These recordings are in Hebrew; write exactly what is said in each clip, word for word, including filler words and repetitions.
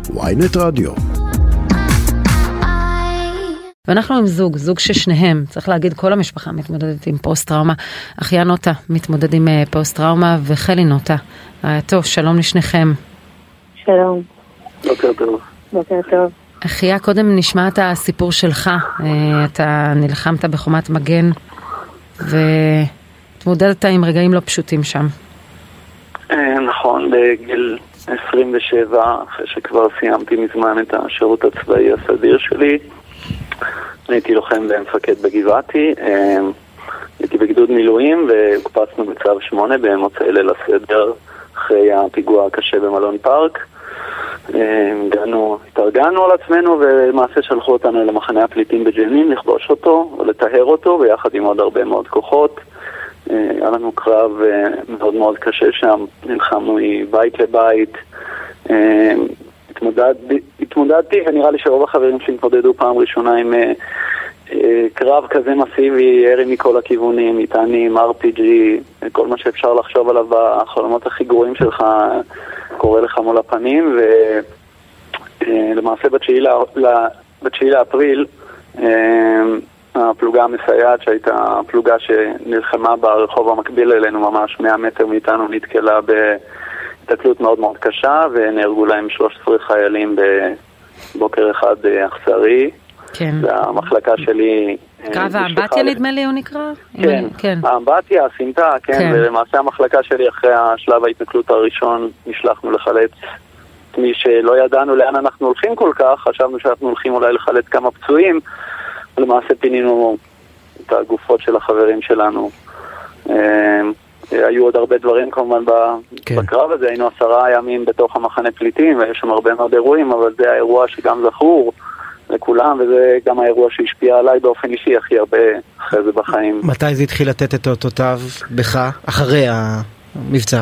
וויינט רדיו. ואנחנו עם זוג, זוג ששניהם, צריך להגיד, כל המשפחה מתמודדת עם פוסט-טראומה. אחיה נוטה מתמודד עם פוסט-טראומה, וחלי נוטה. טוב, שלום לשניכם. שלום. בוקר טוב. בוקר טוב. אחיה, קודם נשמע את הסיפור שלך. אתה נלחמת בחומת מגן, והתמודדת עם רגעים לא פשוטים שם. נכון, בגיל עשרים ושבע, אחרי שכבר סיימתי מזמן את השירות הצבאי הסדיר שלי, הייתי לוחם ומפקד בגבעתי, הייתי בגדוד מילואים והוקפצנו בצו שמונה במוצאי ליל הסדר אחרי הפיגוע הקשה במלון פארק. הגענו, התארגנו על עצמנו ולמעשה שלחו אותנו למחנה הפליטים בג'נין לכבוש אותו ולטהר אותו ביחד עם עוד הרבה מאוד כוחות. היה לנו קרב מאוד מאוד קשה שם, נלחמנו מבית לבית. התמודד, התמודדתי, ונראה לי שרוב החברים שלי התמודדו פעם ראשונה עם uh, uh, קרב כזה מסיבי, ירי מכל הכיוונים, מטענים, אר פי ג'י, כל מה שאפשר לחשוב עליו בחלומות הכי גרועים שלך קורה לך מול הפנים. ולמעשה בתשיעי לאפריל uh, הפלוגה המסייעת, שהייתה פלוגה שנלחמה ברחוב המקביל אלינו ממש מאה מטר מאיתנו, נתקלה ב... התקלות מאוד מאוד קשה, ונהרגו להם שלושה עשר חיילים בבוקר אחד אכזרי. כן. והמחלקה שלי... קרב האמבטיה נדמה לי הוא נקרא? כן, כן. האמבטיה, הסמטה, כן, כן. ולמעשה המחלקה שלי אחרי השלב ההתנכלות הראשון נשלחנו לחלץ מי שלא ידענו לאן אנחנו הולכים כל כך, חשבנו שאנחנו הולכים אולי לחלץ כמה פצועים, ולמעשה פינינו את הגופות של החברים שלנו. היו עוד הרבה דברים כמובן בקרב הזה, היינו עשרה ימים בתוך המחנה פליטים, ויש שם הרבה מאוד אירועים, אבל זה האירוע שגם זכור לכולם, וזה גם האירוע שהשפיע עליי באופן אישי הכי הרבה אחרי זה בחיים. מתי זה התחיל לתת את אותותיו בך, אחרי המבצע?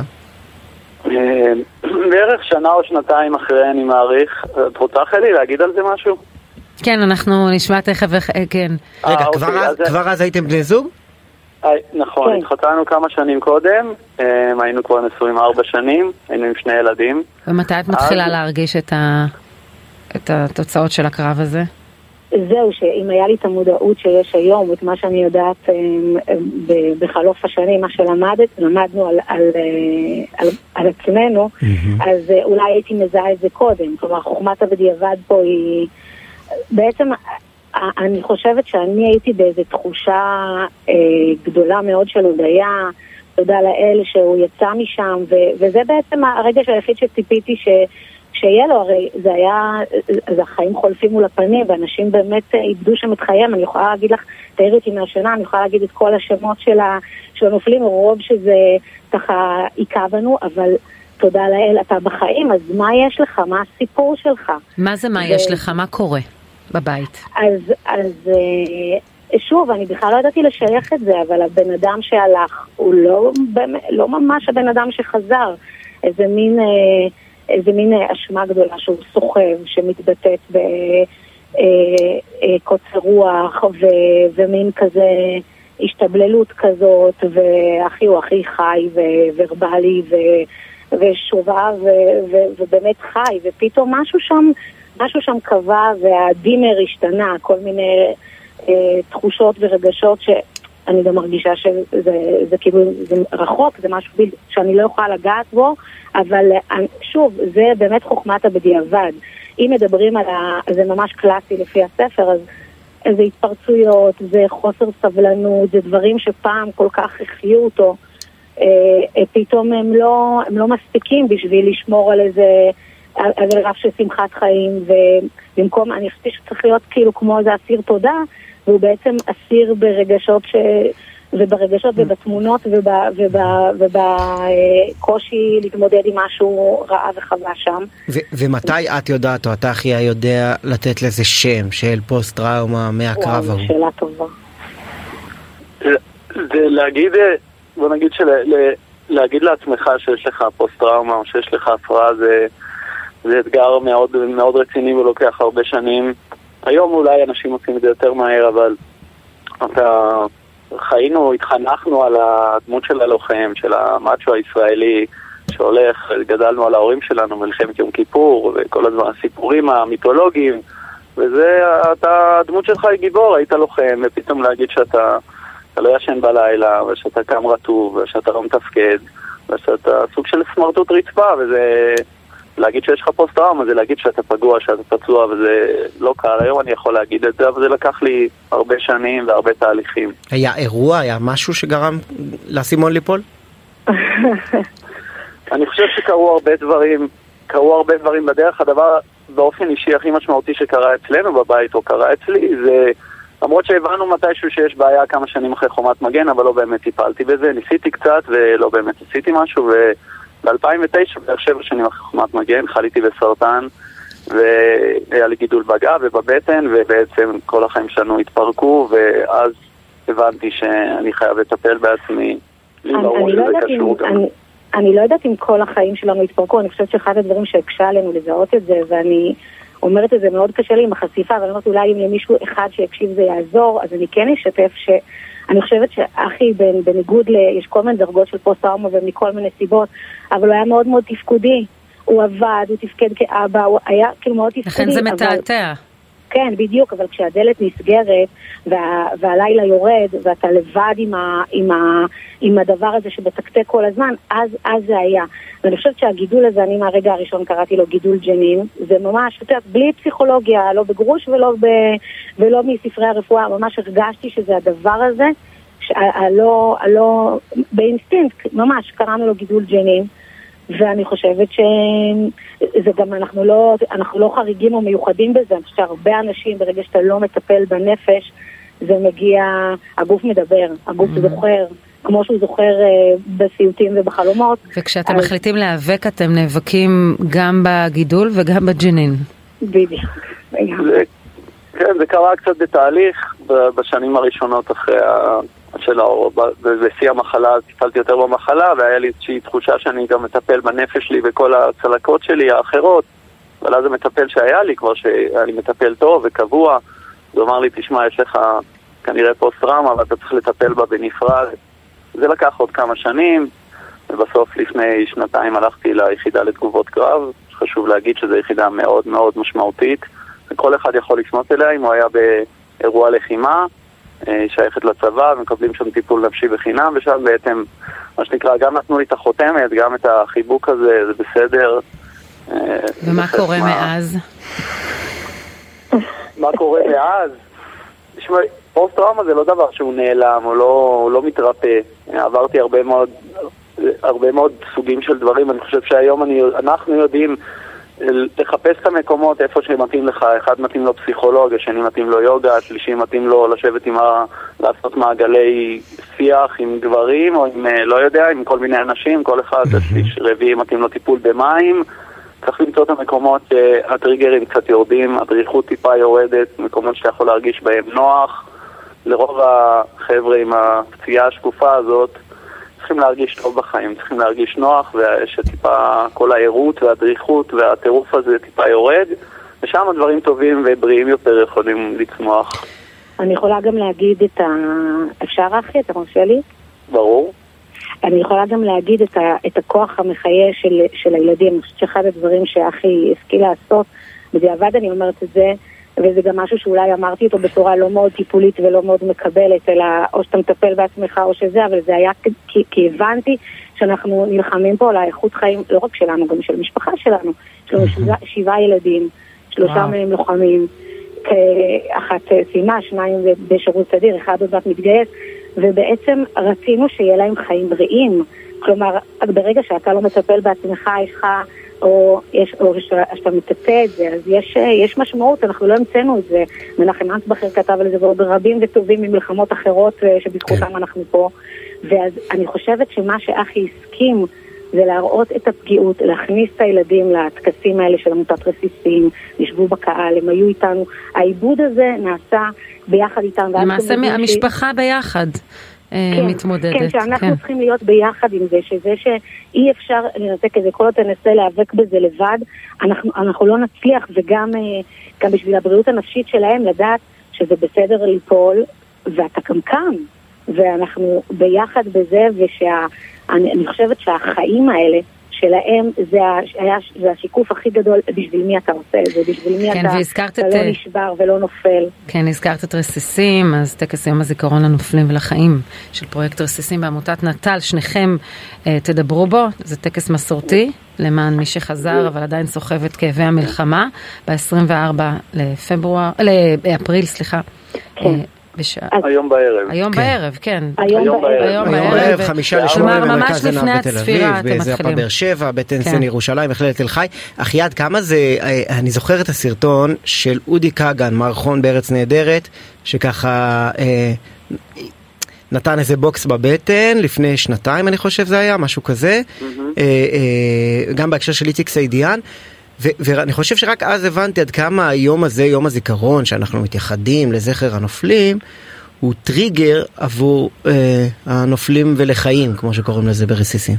בערך שנה או שנתיים אחרי, אני מעריך. את רוצה חלי להגיד על זה משהו? כן, אנחנו נשמע תכף, כן. רגע, כבר אז הייתם בני זוג? נכון, התחתנו כמה שנים קודם, היינו כבר נשואים ארבע שנים, היינו עם שני ילדים. ומתי את מתחילה להרגיש את התוצאות של הקרב הזה? זהו, שאם היה לי את המודעות שיש היום, את מה שאני יודעת בחלוף השנים, מה שלמדנו על עצמנו, אז אולי הייתי מזהה את זה קודם. כלומר, חוכמת הבדיעבד פה היא... בעצם... אני חושבת שאני הייתי באיזו תחושה אה, גדולה מאוד של הודיה, תודה לאל שהוא יצא משם, ו- וזה בעצם הרגע היחיד שציפיתי ש- שיהיה לו, הרי זה היה, אז החיים חולפים מול הפנים, ואנשים באמת איבדו שם את חייהם. אני יכולה להגיד לך, תאירי אותי מהשנה, אני יכולה להגיד את כל השמות של, ה- של הנופלים, רוב שזה ככה עיקה בנו, אבל תודה לאל, אתה בחיים, אז מה יש לך? מה הסיפור שלך? מה זה מה ו- יש לך? מה קורה? בבית. אז, אז שוב, אני בכלל לא ידעתי לשייך את זה, אבל הבן אדם שהלך, הוא לא, לא ממש הבן אדם שחזר. איזה מין, איזה מין אשמה גדולה שהוא סוחב, שמתבטאת בקוצר רוח, ו, ומין כזה השתבללות כזאת, ואחי הוא הכי חי וורבלי ו, ושובע ו, ו, ובאמת חי, ופתאום משהו שם משהו שם קבע והדימר השתנה, כל מיני אה, תחושות ורגשות שאני גם מרגישה שזה זה כאילו זה רחוק, זה משהו שאני לא יכולה לגעת בו, אבל שוב, זה באמת חוכמת הבדיעבד. אם מדברים על ה... זה ממש קלאסי לפי הספר, אז זה התפרצויות, זה חוסר סבלנות, זה דברים שפעם כל כך החיו אותו, אה, פתאום הם לא, הם לא מספיקים בשביל לשמור על איזה... על רף של שמחת חיים, ובמקום, אני חושבת שצריך להיות כאילו כמו איזה אסיר תודה, והוא בעצם אסיר ברגשות ש... וברגשות ובתמונות ובקושי להתמודד עם משהו רע וחווה שם. ומתי את יודעת, או אתה אחיה יודע לתת לזה שם של פוסט טראומה מהקרב ההוא? שאלה טובה. זה להגיד, בוא נגיד להגיד לעצמך שיש לך פוסט טראומה, או שיש לך הפרעה, זה זה אתגר מאוד, מאוד רציני ולוקח הרבה שנים. היום אולי אנשים עושים את זה יותר מהר, אבל אתה חיינו, התחנכנו על הדמות של הלוחם, של המאצ'ו הישראלי, שהולך, גדלנו על ההורים שלנו, מלחמת יום כיפור, וכל הזמן הסיפורים המיתולוגיים, וזה, אתה, הדמות שלך היא גיבור, היית לוחם, ופתאום להגיד שאתה, אתה לא ישן בלילה, ושאתה קם רטוב, ושאתה לא מתפקד, ושאתה סוג של סמרטוט רצפה, וזה, להגיד שיש לך פוסט-טראומה, זה להגיד שאתה פגוע, שאתה פצוע, וזה לא קל. היום אני יכול להגיד את זה, אבל זה לקח לי הרבה שנים והרבה תהליכים. היה אירוע, היה משהו שגרם לאסימון ליפול? אני חושב שקרו הרבה דברים, קרו הרבה דברים בדרך. הדבר באופן אישי הכי משמעותי שקרה אצלנו בבית, או קרה אצלי, זה למרות שהבנו מתישהו שיש בעיה כמה שנים אחרי חומת מגן, אבל לא באמת טיפלתי בזה. ניסיתי קצת ולא באמת עשיתי משהו, וב-אלפיים ותשע, בערך שבע שנים אחרי חומת מגן, חליתי בסרטן, והיה לי גידול בגב ובבטן, ובעצם כל החיים שלנו התפרקו, ואז הבנתי שאני חייב לטפל בעצמי. לי ברור שזה קשור גם. אני לא יודעת אם כל החיים שלנו התפרקו, אני חושבת שאחד הדברים שהקשה עלינו לזהות את זה, ואני אומרת את זה מאוד קשה לי עם החשיפה, ואני אומרת אולי אם למישהו אחד שיקשיב זה יעזור, אז אני כן אשתף שאני חושבת שאחי בניגוד ל... יש כל מיני דרגות של פוסט-טראומה ומכל מיני סיבות, אבל הוא היה מאוד מאוד תפקודי, הוא עבד, הוא תפקד כאבא, הוא היה כאילו מאוד תפקודי. לכן זה מתעתע. כן, בדיוק, אבל כשהדלת נסגרת וה, והלילה יורד ואתה לבד עם, ה, עם, ה, עם הדבר הזה שבתקתק כל הזמן, אז, אז זה היה. ואני חושבת שהגידול הזה, אני מהרגע הראשון קראתי לו גידול ג'נין, זה ממש, בלי פסיכולוגיה, לא בגרוש ולא, ב, ולא מספרי הרפואה, ממש הרגשתי שזה הדבר הזה, שהלא, הלא, באינסטינקט, ממש קראנו לו גידול ג'נין, ואני חושבת שזה גם, אנחנו לא, אנחנו לא חריגים או מיוחדים בזה, אני חושבת שהרבה אנשים, ברגע שאתה לא מטפל בנפש, זה מגיע, הגוף מדבר, הגוף mm-hmm. זוכר, כמו שהוא זוכר uh, בסיוטים ובחלומות. וכשאתם אז... מחליטים להיאבק, אתם נאבקים גם בגידול וגם בג'נין. בדיוק. זה, כן, זה קרה קצת בתהליך, בשנים הראשונות אחרי ה... של האור, בשיא המחלה טיפלתי יותר במחלה, והיה לי איזושהי תחושה שאני גם מטפל בנפש שלי וכל הצלקות שלי האחרות, אבל אז המטפל שהיה לי כבר שאני מטפל טוב וקבוע, הוא אמר לי, תשמע, יש לך כנראה פוסט-טראומה ואתה צריך לטפל בה בנפרד. זה לקח עוד כמה שנים, ובסוף לפני שנתיים הלכתי ליחידה לתגובות קרב, חשוב להגיד שזו יחידה מאוד מאוד משמעותית, וכל אחד יכול לפנות אליה אם הוא היה באירוע לחימה, שייכת לצבא, ומקבלים שם טיפול נפשי בחינם, ושם בעצם, מה שנקרא, גם נתנו לי את החותמת, גם את החיבוק הזה, זה בסדר. ומה קורה מאז? מה קורה מאז? תשמע, פוסט-טראומה זה לא דבר שהוא נעלם, הוא לא, הוא לא מתרפא. עברתי הרבה מאוד, הרבה מאוד סוגים של דברים, אני חושב שהיום אני, אנחנו יודעים לחפש את המקומות איפה שמתאים לך, אחד מתאים לו פסיכולוג, השני מתאים לו יוגה, השלישי מתאים לו לשבת עם ה... לעשות מעגלי שיח עם גברים, או עם, לא יודע, עם כל מיני אנשים, כל אחד, השליש רביעי מתאים לו טיפול במים, צריך למצוא את המקומות שהטריגרים קצת יורדים, הדריכות טיפה יורדת, מקומות שאתה יכול להרגיש בהם נוח, לרוב החבר'ה עם הפציעה השקופה הזאת, צריכים להרגיש טוב בחיים, צריכים להרגיש נוח, ושטיפה כל העירות והדריכות והטירוף הזה טיפה יורד, ושם הדברים טובים ובריאים יותר יכולים לצמוח. אני יכולה גם להגיד את ה... אפשר אחי, אתה מרשה לי? ברור. אני יכולה גם להגיד את, ה... את הכוח המחיה של, של הילדים. אני חושבת שאחד הדברים שאחי השכיל לעשות, בדיעבד אני אומרת את זה, וזה גם משהו שאולי אמרתי אותו בצורה לא מאוד טיפולית ולא מאוד מקבלת, אלא או שאתה מטפל בעצמך או שזה, אבל זה היה כי, כי הבנתי שאנחנו נלחמים פה על האיכות חיים, לא רק שלנו, גם של המשפחה שלנו. יש לנו שבעה, שבעה ילדים, שלושה מהם לוחמים, אחת סיימה, שניים בשירות סדיר, אחד עוד מעט מתגייס, ובעצם רצינו שיהיה להם חיים בריאים. כלומר, ברגע שאתה לא מטפל בעצמך, יש לך... או, יש, או שאתה מטפל את זה, אז יש, יש משמעות, אנחנו לא המצאנו את זה. מנחם אנסבכר כתב על זה ועוד רבים וטובים ממלחמות אחרות שבזכותם אנחנו פה. ואז אני חושבת שמה שאחי הסכים זה להראות את הפגיעות, להכניס את הילדים לטקסים האלה של עמותת רסיסים, ישבו בקהל, הם היו איתנו. העיבוד הזה נעשה ביחד איתם. למעשה המשפחה ש... ביחד. כן, מתמודדת. כן, שאנחנו כן. צריכים להיות ביחד עם זה, שזה שאי אפשר לנתק את זה, כל עוד תנסה להיאבק בזה לבד, אנחנו, אנחנו לא נצליח, וגם גם בשביל הבריאות הנפשית שלהם, לדעת שזה בסדר ליפול, ואתה גם כאן, ואנחנו ביחד בזה, ואני חושבת שהחיים האלה, שלהם זה, היה, זה השיקוף הכי גדול בשביל מי אתה עושה את זה, בשביל מי כן, אתה, אתה לא נשבר ולא נופל. כן, הזכרת את רסיסים, אז טקס יום הזיכרון לנופלים ולחיים של פרויקט רסיסים בעמותת נט"ל, שניכם אה, תדברו בו, זה טקס מסורתי למען מי שחזר, אבל עדיין סוחב את כאבי המלחמה, ב-עשרים וארבעה לפברואר, לאפריל, סליחה. כן. אה, בשעה. היום בערב. היום בערב, כן. היום בערב. היום בערב, חמישה לשמונה במרכז עינב בתל אביב, בזאפה באר שבע, בית אינסן ירושלים, מכללת תל חי. אחיעד, כמה זה, אני זוכר את הסרטון של אודי כגן, מערכון בארץ נהדרת, שככה נתן איזה בוקס בבטן, לפני שנתיים אני חושב זה היה, משהו כזה, גם בהקשר של איציק סעידיאן, ואני חושב שרק אז הבנתי עד כמה היום הזה, יום הזיכרון, שאנחנו מתייחדים לזכר הנופלים, הוא טריגר עבור אה, הנופלים ולחיים, כמו שקוראים לזה ברסיסים.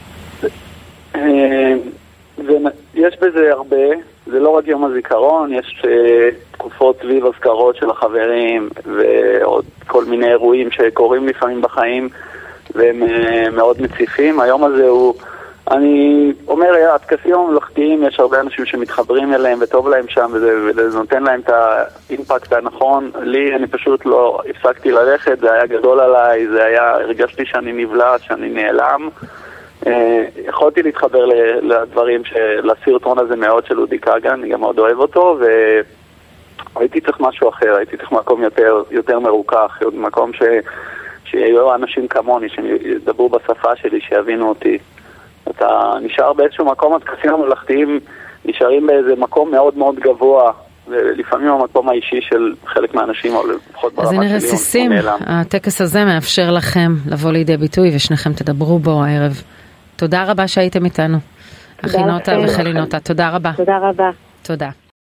אה, יש בזה הרבה, זה לא רק יום הזיכרון, יש אה, תקופות סביב הזכרות של החברים, ועוד כל מיני אירועים שקורים לפעמים בחיים, והם אה, מאוד מציפים. היום הזה הוא... אני אומר, הטקסים הממלכתיים, יש הרבה אנשים שמתחברים אליהם וטוב להם שם, וזה, וזה נותן להם את האימפקט הנכון. לי, אני פשוט לא הפסקתי ללכת, זה היה גדול עליי, זה היה, הרגשתי שאני נבלע, שאני נעלם. אה, יכולתי להתחבר לדברים, לסרטון הזה מאוד של אודי כגן, אני גם מאוד אוהב אותו, והייתי צריך משהו אחר, הייתי צריך מקום יותר, יותר מרוכח, מקום ש, שיהיו אנשים כמוני, שידברו בשפה שלי, שיבינו אותי. אתה נשאר באיזשהו מקום, הטקסים הממלכתיים נשארים באיזה מקום מאוד מאוד גבוה, ולפעמים המקום האישי של חלק מהאנשים, או לפחות ברמה שלי. אז הנה רסיסים, הטקס הזה מאפשר לכם לבוא לידי ביטוי, ושניכם תדברו בו הערב. תודה רבה שהייתם איתנו. אחינותה וחלינותה, תודה רבה. תודה רבה. תודה.